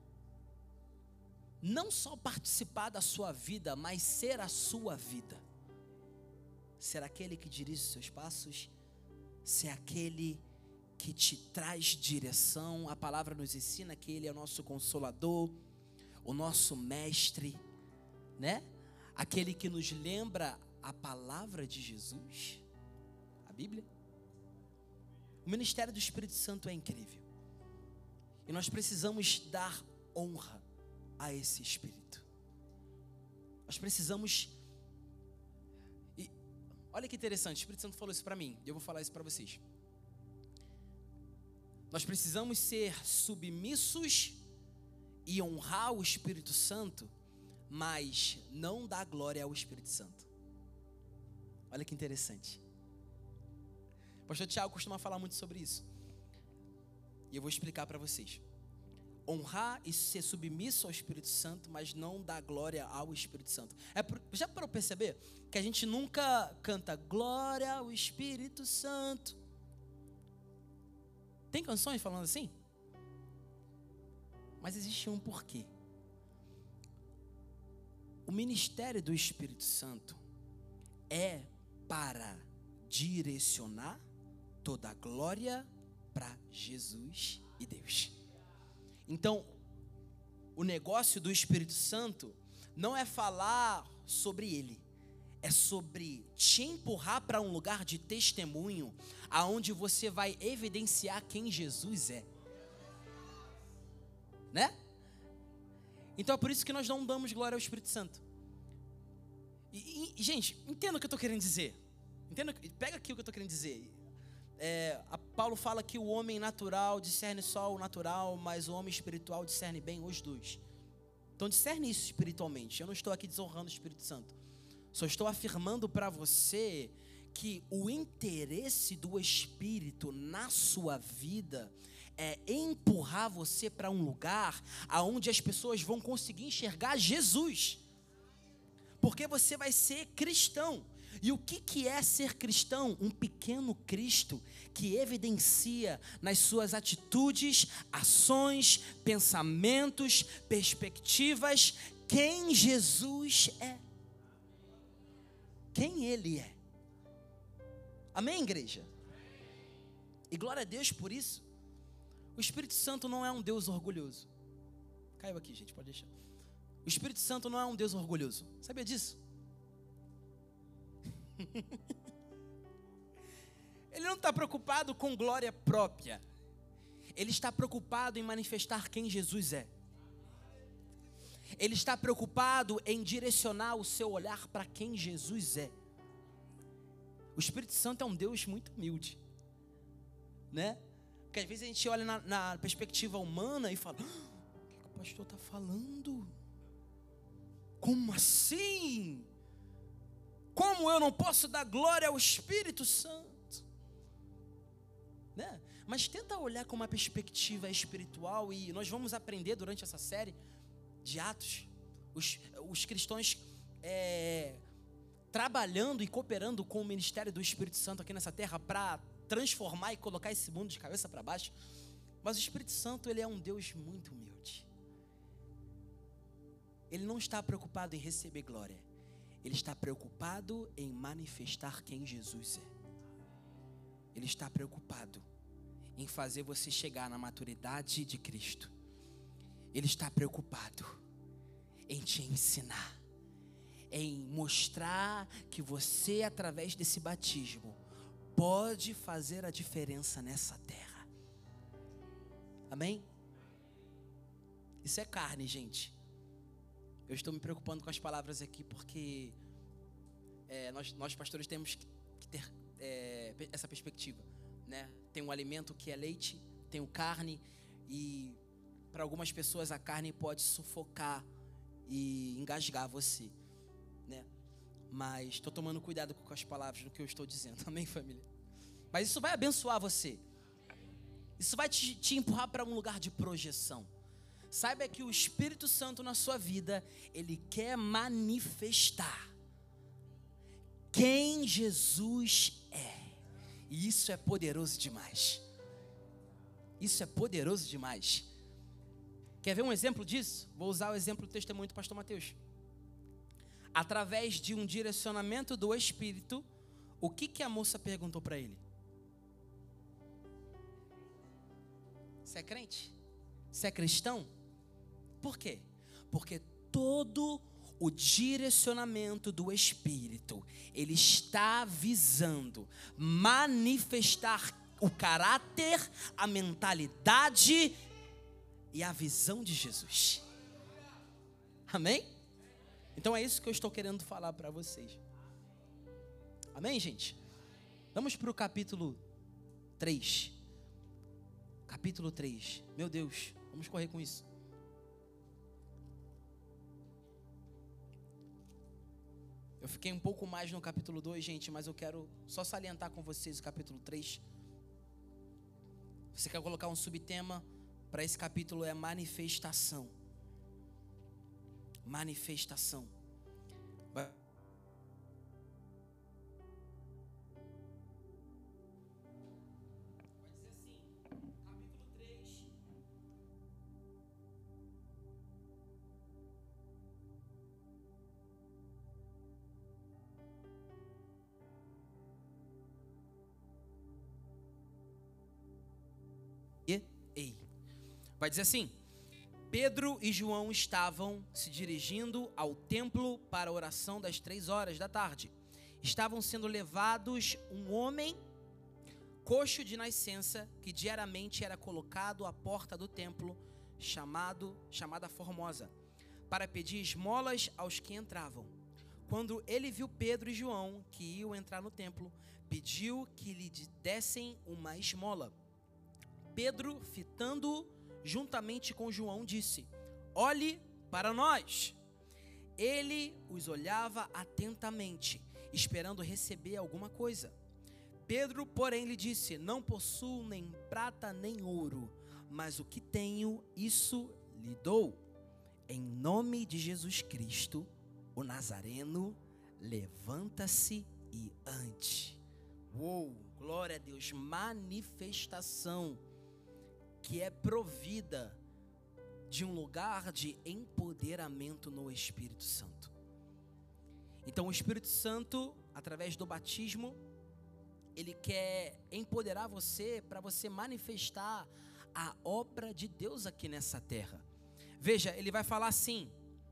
Não só participar da sua vida, mas ser a sua vida. Ser aquele que dirige os seus passos, ser aquele que te traz direção. A palavra nos ensina que Ele é o nosso consolador, o nosso mestre, né? aquele que nos lembra a palavra de Jesus, a Bíblia. O ministério do Espírito Santo é incrível. E nós precisamos dar honra a esse Espírito. Nós precisamos... E olha que interessante, o Espírito Santo falou isso para mim, e eu vou falar isso para vocês. Nós precisamos ser submissos e honrar o Espírito Santo, mas não dar glória ao Espírito Santo. Olha que interessante. O pastor Tiago costuma falar muito sobre isso. E eu vou explicar para vocês. Honrar e ser submisso ao Espírito Santo, mas não dar glória ao Espírito Santo. Já para perceber que a gente nunca canta glória ao Espírito Santo. Tem canções falando assim? Mas existe um porquê. O ministério do Espírito Santo é para direcionar toda a glória para Jesus e Deus. Então, o negócio do Espírito Santo não é falar sobre Ele, é sobre te empurrar para um lugar de testemunho, aonde você vai evidenciar quem Jesus é, né? Então é por isso que nós não damos glória ao Espírito Santo. Gente, entenda o que eu estou querendo dizer. Pega aqui o que eu estou querendo dizer. Paulo fala que o homem natural discerne só o natural, mas o homem espiritual discerne bem os dois. Então discerne isso espiritualmente. Eu não estou aqui desonrando o Espírito Santo. Só estou afirmando para você que o interesse do Espírito na sua vida é empurrar você para um lugar aonde as pessoas vão conseguir enxergar Jesus. Porque você vai ser cristão. E o que é ser cristão? Um pequeno Cristo que evidencia nas suas atitudes, ações, pensamentos, perspectivas, quem Jesus é. Quem Ele é. Amém, igreja? E glória a Deus por isso. O Espírito Santo não é um Deus orgulhoso. Caiu aqui, gente, pode deixar. O Espírito Santo não é um Deus orgulhoso. Sabia disso? Ele não está preocupado com glória própria. Ele está preocupado em manifestar quem Jesus é. Ele está preocupado em direcionar o seu olhar para quem Jesus é. O Espírito Santo é um Deus muito humilde, né? Porque às vezes a gente olha na perspectiva humana e fala: o que o pastor está falando? Como assim? Como eu não posso dar glória ao Espírito Santo? Né? Mas tenta olhar com uma perspectiva espiritual, e nós vamos aprender durante essa série de Atos, os cristãos trabalhando e cooperando com o ministério do Espírito Santo aqui nessa terra para transformar e colocar esse mundo de cabeça para baixo. Mas o Espírito Santo, ele é um Deus muito humilde. Ele não está preocupado em receber glória. Ele está preocupado em manifestar quem Jesus é. Ele está preocupado em fazer você chegar na maturidade de Cristo. Ele está preocupado em te ensinar, em mostrar que você, através desse batismo, pode fazer a diferença nessa terra. Amém? Isso é carne, gente. Eu estou me preocupando com as palavras aqui porque nós pastores temos que ter essa perspectiva, né? Tem um alimento que é leite, tem o carne, e para algumas pessoas a carne pode sufocar e engasgar você, né? Mas estou tomando cuidado com as palavras no que eu estou dizendo. Amém, família? Mas isso vai abençoar você. Isso vai te empurrar para um lugar de projeção. Saiba que o Espírito Santo na sua vida, ele quer manifestar quem Jesus é. E isso é poderoso demais. Isso é poderoso demais. Quer ver um exemplo disso? Vou usar o exemplo do testemunho do pastor Mateus. Através de um direcionamento do Espírito, o que a moça perguntou para ele? Você é crente? Você é cristão? Por quê? Porque todo O direcionamento do Espírito, ele está visando manifestar o caráter, a mentalidade e a visão de Jesus. Amém? Então é isso que eu estou querendo falar para vocês. Amém, gente? Vamos para o capítulo 3. Capítulo 3. Meu Deus, vamos correr com isso. Eu fiquei um pouco mais no capítulo 2, gente, mas eu quero só salientar com vocês o capítulo 3. Você quer colocar um subtema para esse capítulo, é manifestação. Manifestação. Vai dizer assim: Pedro e João estavam se dirigindo ao templo para a oração das 3 horas da tarde. Estavam sendo levados um homem coxo de nascença, que diariamente era colocado à porta do templo, chamada Formosa, para pedir esmolas aos que entravam. Quando ele viu Pedro e João, que iam entrar no templo, pediu que lhe dessem uma esmola. Pedro, fitando-o juntamente com João, disse: olhe para nós. Ele os olhava atentamente, esperando receber alguma coisa. Pedro, porém, lhe disse: não possuo nem prata nem ouro, mas o que tenho, isso lhe dou. Em nome de Jesus Cristo, o Nazareno, levanta-se e ande. Uou, glória a Deus, manifestação que é provida de um lugar de empoderamento no Espírito Santo. Então o Espírito Santo, através do batismo, ele quer empoderar você para você manifestar a obra de Deus aqui nessa terra. Veja, ele vai falar assim: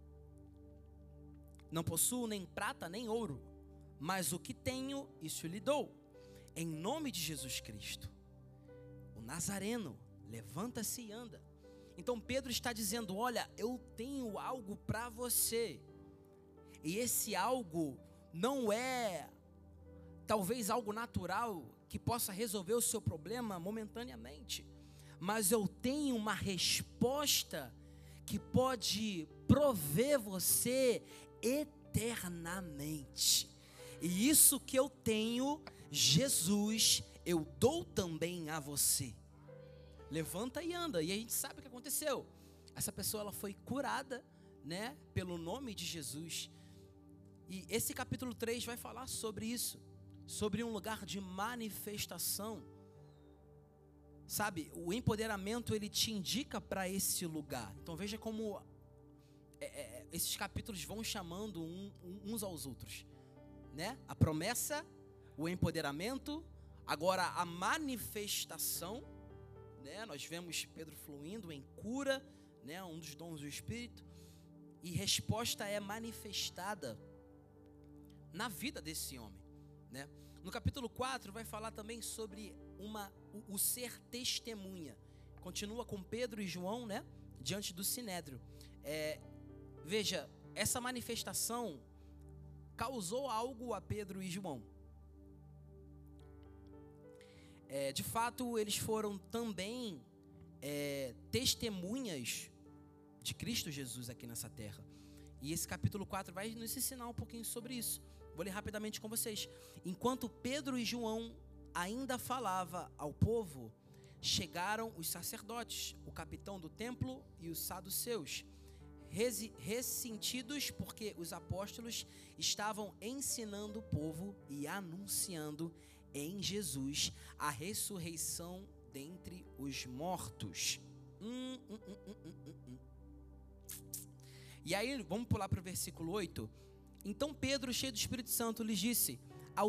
não possuo nem prata nem ouro, mas o que tenho, isso lhe dou. Em nome de Jesus Cristo, o Nazareno, levanta-se e anda. Então Pedro está dizendo: olha, eu tenho algo para você. E esse algo não é talvez algo natural que possa resolver o seu problema momentaneamente, mas eu tenho uma resposta que pode prover você eternamente. E isso que eu tenho, Jesus, eu dou também a você. Levanta e anda. E a gente sabe o que aconteceu. Essa pessoa, ela foi curada, né, pelo nome de Jesus. E esse capítulo 3 vai falar sobre isso, sobre um lugar de manifestação. Sabe, o empoderamento, ele te indica para esse lugar. Então veja como esses capítulos vão chamando uns aos outros, né? A promessa, o empoderamento, agora a manifestação, né? Nós vemos Pedro fluindo em cura, né? Um dos dons do Espírito, e resposta é manifestada na vida desse homem, né? No capítulo 4 vai falar também sobre o ser testemunha. Continua com Pedro e João, né? Diante do Sinédrio. Veja, essa manifestação causou algo a Pedro e João. De fato, eles foram também testemunhas de Cristo Jesus aqui nessa terra. E esse capítulo 4 vai nos ensinar um pouquinho sobre isso. Vou ler rapidamente com vocês. Enquanto Pedro e João ainda falava ao povo, chegaram os sacerdotes, o capitão do templo e os saduceus, ressentidos porque os apóstolos estavam ensinando o povo e anunciando em Jesus a ressurreição dentre os mortos. E aí, vamos pular para o versículo 8. Então Pedro, cheio do Espírito Santo, lhes disse: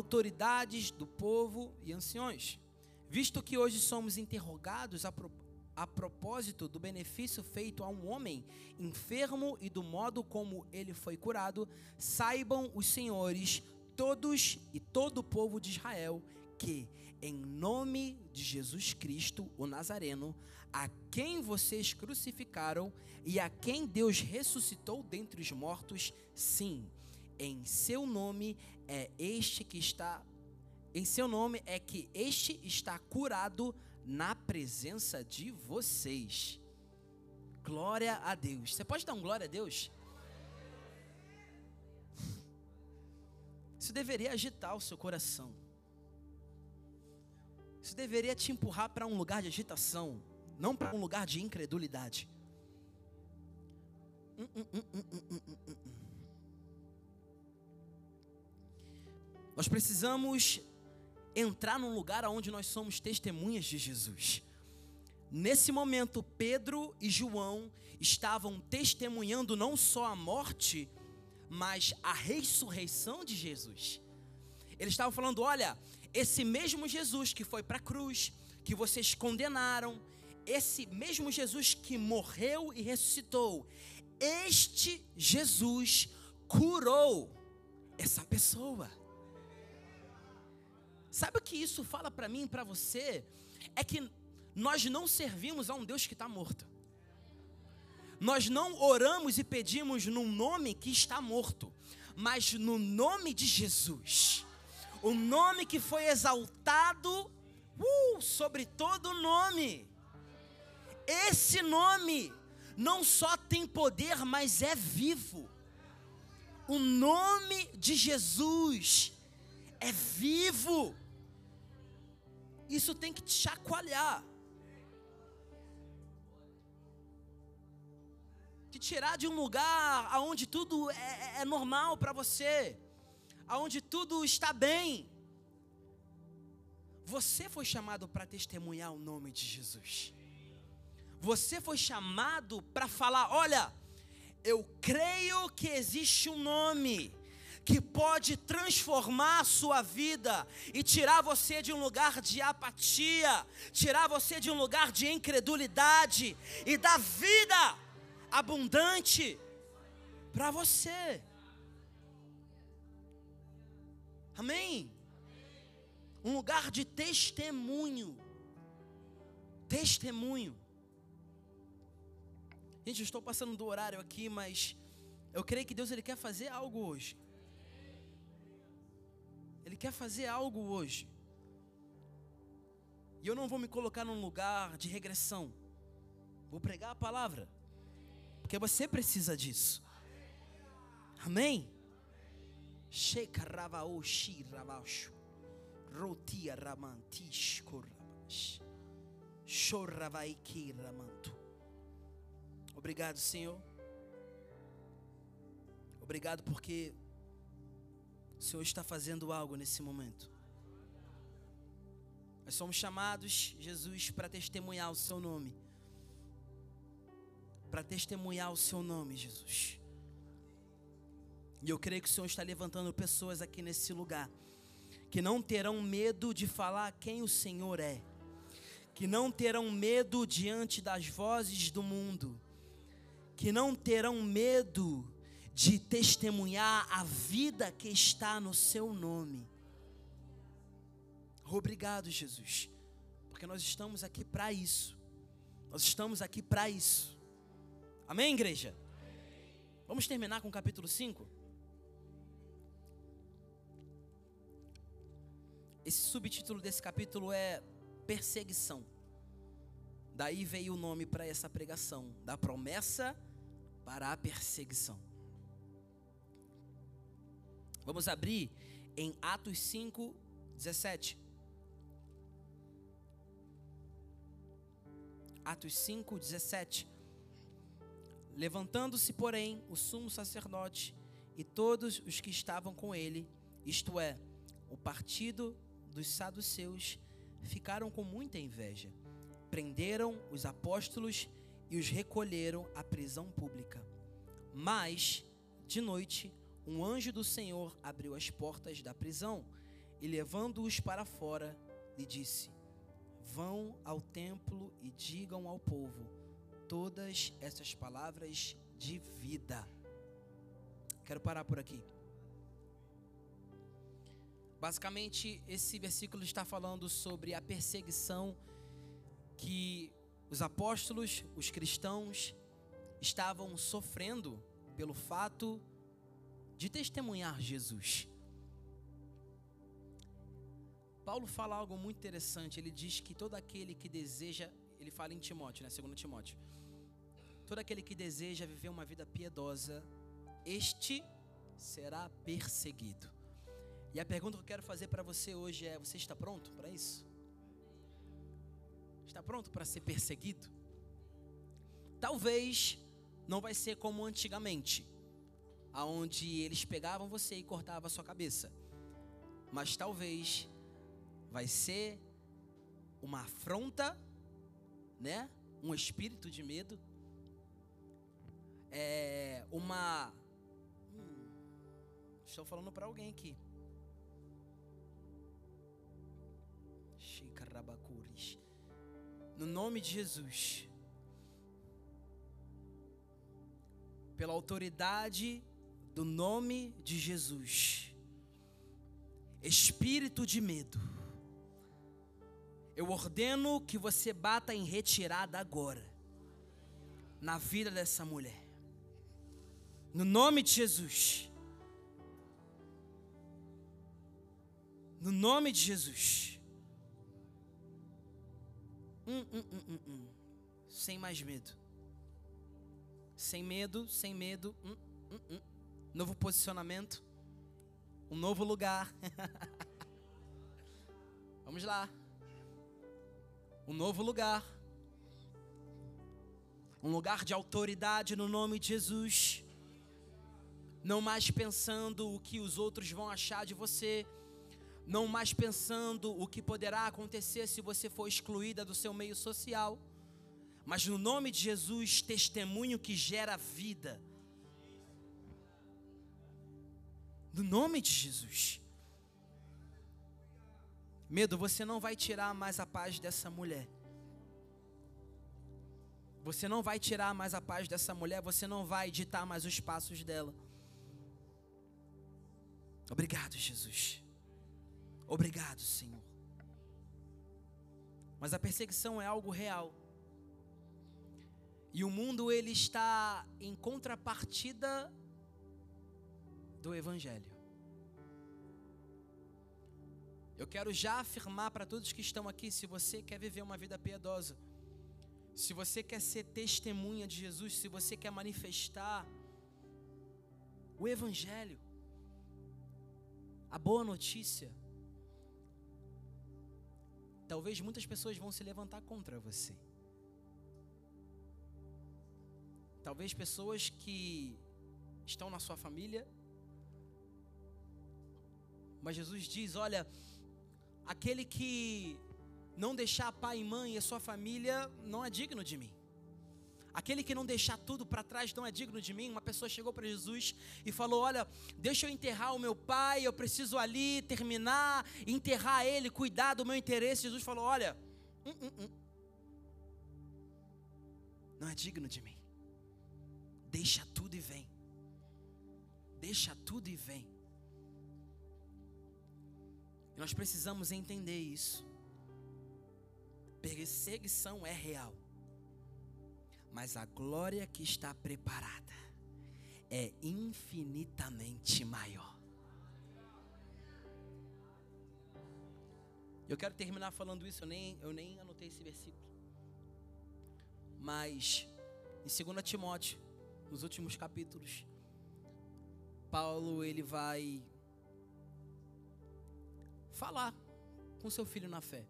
autoridades do povo e anciões, visto que hoje somos interrogados a propósito do benefício feito a um homem enfermo e do modo como ele foi curado, saibam os senhores, todos e todo o povo de Israel, que em nome de Jesus Cristo, o Nazareno, a quem vocês crucificaram e a quem Deus ressuscitou dentre os mortos, sim, em seu nome é que este está curado na presença de vocês. Glória a Deus. Você pode dar um glória a Deus? Isso deveria agitar o seu coração. Isso deveria te empurrar para um lugar de agitação, não para um lugar de incredulidade. Nós precisamos entrar num lugar onde nós somos testemunhas de Jesus. Nesse momento, Pedro e João estavam testemunhando não só a morte, mas a ressurreição de Jesus. Eles estavam falando: olha, esse mesmo Jesus que foi para a cruz, que vocês condenaram, esse mesmo Jesus que morreu e ressuscitou, este Jesus curou essa pessoa. Sabe o que isso fala para mim e para você? É que nós não servimos a um Deus que está morto. Nós não oramos e pedimos num nome que está morto, mas no nome de Jesus. O nome que foi exaltado sobre todo nome. Esse nome não só tem poder, mas é vivo. O nome de Jesus é vivo. Isso tem que te chacoalhar, te tirar de um lugar onde tudo é normal para você, onde tudo está bem. Você foi chamado para testemunhar o nome de Jesus. Você foi chamado para falar: olha, eu creio que existe um nome que pode transformar a sua vida e tirar você de um lugar de apatia, tirar você de um lugar de incredulidade e dar vida abundante para você. Amém? Um lugar de testemunho. Testemunho. Gente, eu estou passando do horário aqui, mas eu creio que Deus, Ele quer fazer algo hoje. Ele quer fazer algo hoje. E eu não vou me colocar num lugar de regressão. Vou pregar a palavra, porque você precisa disso. Amém? Obrigado, Senhor. Obrigado porque o Senhor está fazendo algo nesse momento. Nós somos chamados, Jesus, para testemunhar o seu nome. Para testemunhar o seu nome, Jesus. E eu creio que o Senhor está levantando pessoas aqui nesse lugar que não terão medo de falar quem o Senhor é, que não terão medo diante das vozes do mundo, que não terão medo de testemunhar a vida que está no seu nome. Obrigado, Jesus, porque nós estamos aqui para isso. Nós estamos aqui para isso. Amém, igreja? Vamos terminar com o capítulo 5? Esse subtítulo desse capítulo é perseguição. Daí veio o nome para essa pregação, da promessa para a perseguição. Vamos abrir em Atos 5, 17. Atos 5, 17. Levantando-se, porém, o sumo sacerdote e todos os que estavam com ele, isto é, o partido dos saduceus, ficaram com muita inveja. Prenderam os apóstolos e os recolheram à prisão pública. Mas, de noite, um anjo do Senhor abriu as portas da prisão e, levando-os para fora, lhe disse: vão ao templo e digam ao povo todas essas palavras de vida. Quero parar por aqui. Basicamente, esse versículo está falando sobre a perseguição que os apóstolos, os cristãos, estavam sofrendo pelo fato de testemunhar Jesus. Paulo fala algo muito interessante. Ele diz que todo aquele que deseja, ele fala em Timóteo, né? 2 Timóteo, todo aquele que deseja viver uma vida piedosa, este será perseguido. E a pergunta que eu quero fazer para você hoje é: você está pronto para isso? Está pronto para ser perseguido? Talvez não vai ser como antigamente, aonde eles pegavam você e cortavam a sua cabeça. Mas talvez vai ser uma afronta, né? Um espírito de medo. Estou falando para alguém aqui. No nome de Jesus, pela autoridade do nome de Jesus, espírito de medo, eu ordeno que você bata em retirada agora, na vida dessa mulher, no nome de Jesus, no nome de Jesus. Sem mais medo. Sem medo, sem medo. Novo posicionamento. Um novo lugar. Vamos lá. Um novo lugar. Um lugar de autoridade no nome de Jesus. Não mais pensando o que os outros vão achar de você. Não mais pensando o que poderá acontecer se você for excluída do seu meio social. Mas no nome de Jesus, testemunho que gera vida. No nome de Jesus. Medo, você não vai tirar mais a paz dessa mulher. Você não vai tirar mais a paz dessa mulher. Você não vai ditar mais os passos dela. Obrigado, Jesus. Obrigado, Senhor. Mas a perseguição é algo real. E o mundo, ele está em contrapartida do Evangelho. Eu quero já afirmar para todos que estão aqui: se você quer viver uma vida piedosa, se você quer ser testemunha de Jesus, se você quer manifestar o Evangelho, a boa notícia, talvez muitas pessoas vão se levantar contra você. Talvez pessoas que estão na sua família. Mas Jesus diz: olha, aquele que não deixar pai e mãe e a sua família não é digno de mim. Aquele que não deixar tudo para trás não é digno de mim. Uma pessoa chegou para Jesus e falou: olha, deixa eu enterrar o meu pai, eu preciso ali terminar, enterrar ele, cuidar do meu interesse. Jesus falou: olha, não é digno de mim. Deixa tudo e vem. Deixa tudo e vem. E nós precisamos entender isso. Perseguição é real, mas a glória que está preparada é infinitamente maior. Eu quero terminar falando isso. Eu nem anotei esse versículo, mas em 2 Timóteo, nos últimos capítulos, Paulo, ele vai falar com seu filho na fé.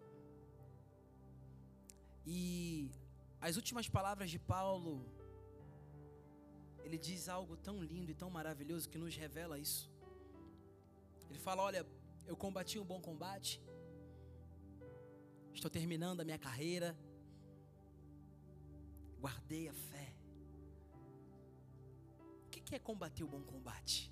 E as últimas palavras de Paulo, ele diz algo tão lindo e tão maravilhoso que nos revela isso. Ele fala: olha, eu combati um bom combate, estou terminando a minha carreira, guardei a fé. O que é combater o bom combate?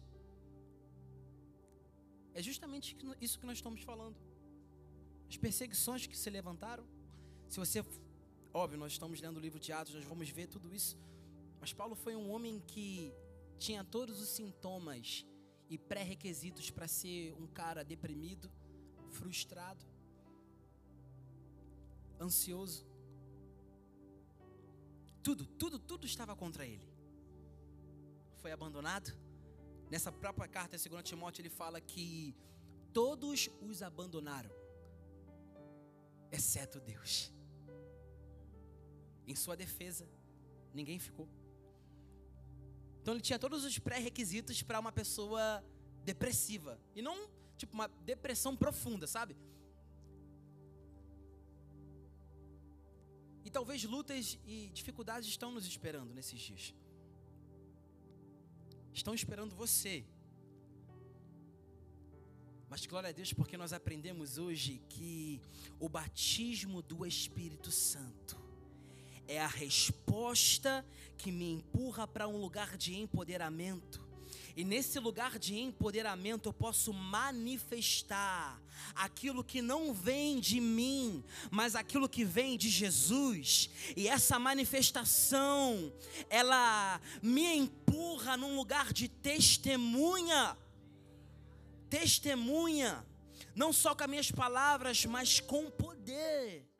É justamente isso que nós estamos falando. As perseguições que se levantaram, Se você, óbvio, nós estamos lendo o livro de Atos, nós vamos ver tudo isso. Mas Paulo foi um homem que tinha todos os sintomas e pré-requisitos para ser um cara deprimido, frustrado, ansioso. Tudo estava contra ele. Foi abandonado. Nessa própria carta de 2 Timóteo ele fala que todos os abandonaram, exceto Deus. Em sua defesa, ninguém ficou. Então ele tinha todos os pré-requisitos para uma pessoa depressiva. E não tipo uma depressão profunda, sabe? E talvez lutas e dificuldades estão nos esperando nesses dias. Estão esperando você. Mas glória a Deus, porque nós aprendemos hoje que o batismo do Espírito Santo é a resposta que me empurra para um lugar de empoderamento. E nesse lugar de empoderamento eu posso manifestar aquilo que não vem de mim, mas aquilo que vem de Jesus. E essa manifestação, ela me empurra num lugar de testemunha. Testemunha, não só com as minhas palavras, mas com poder.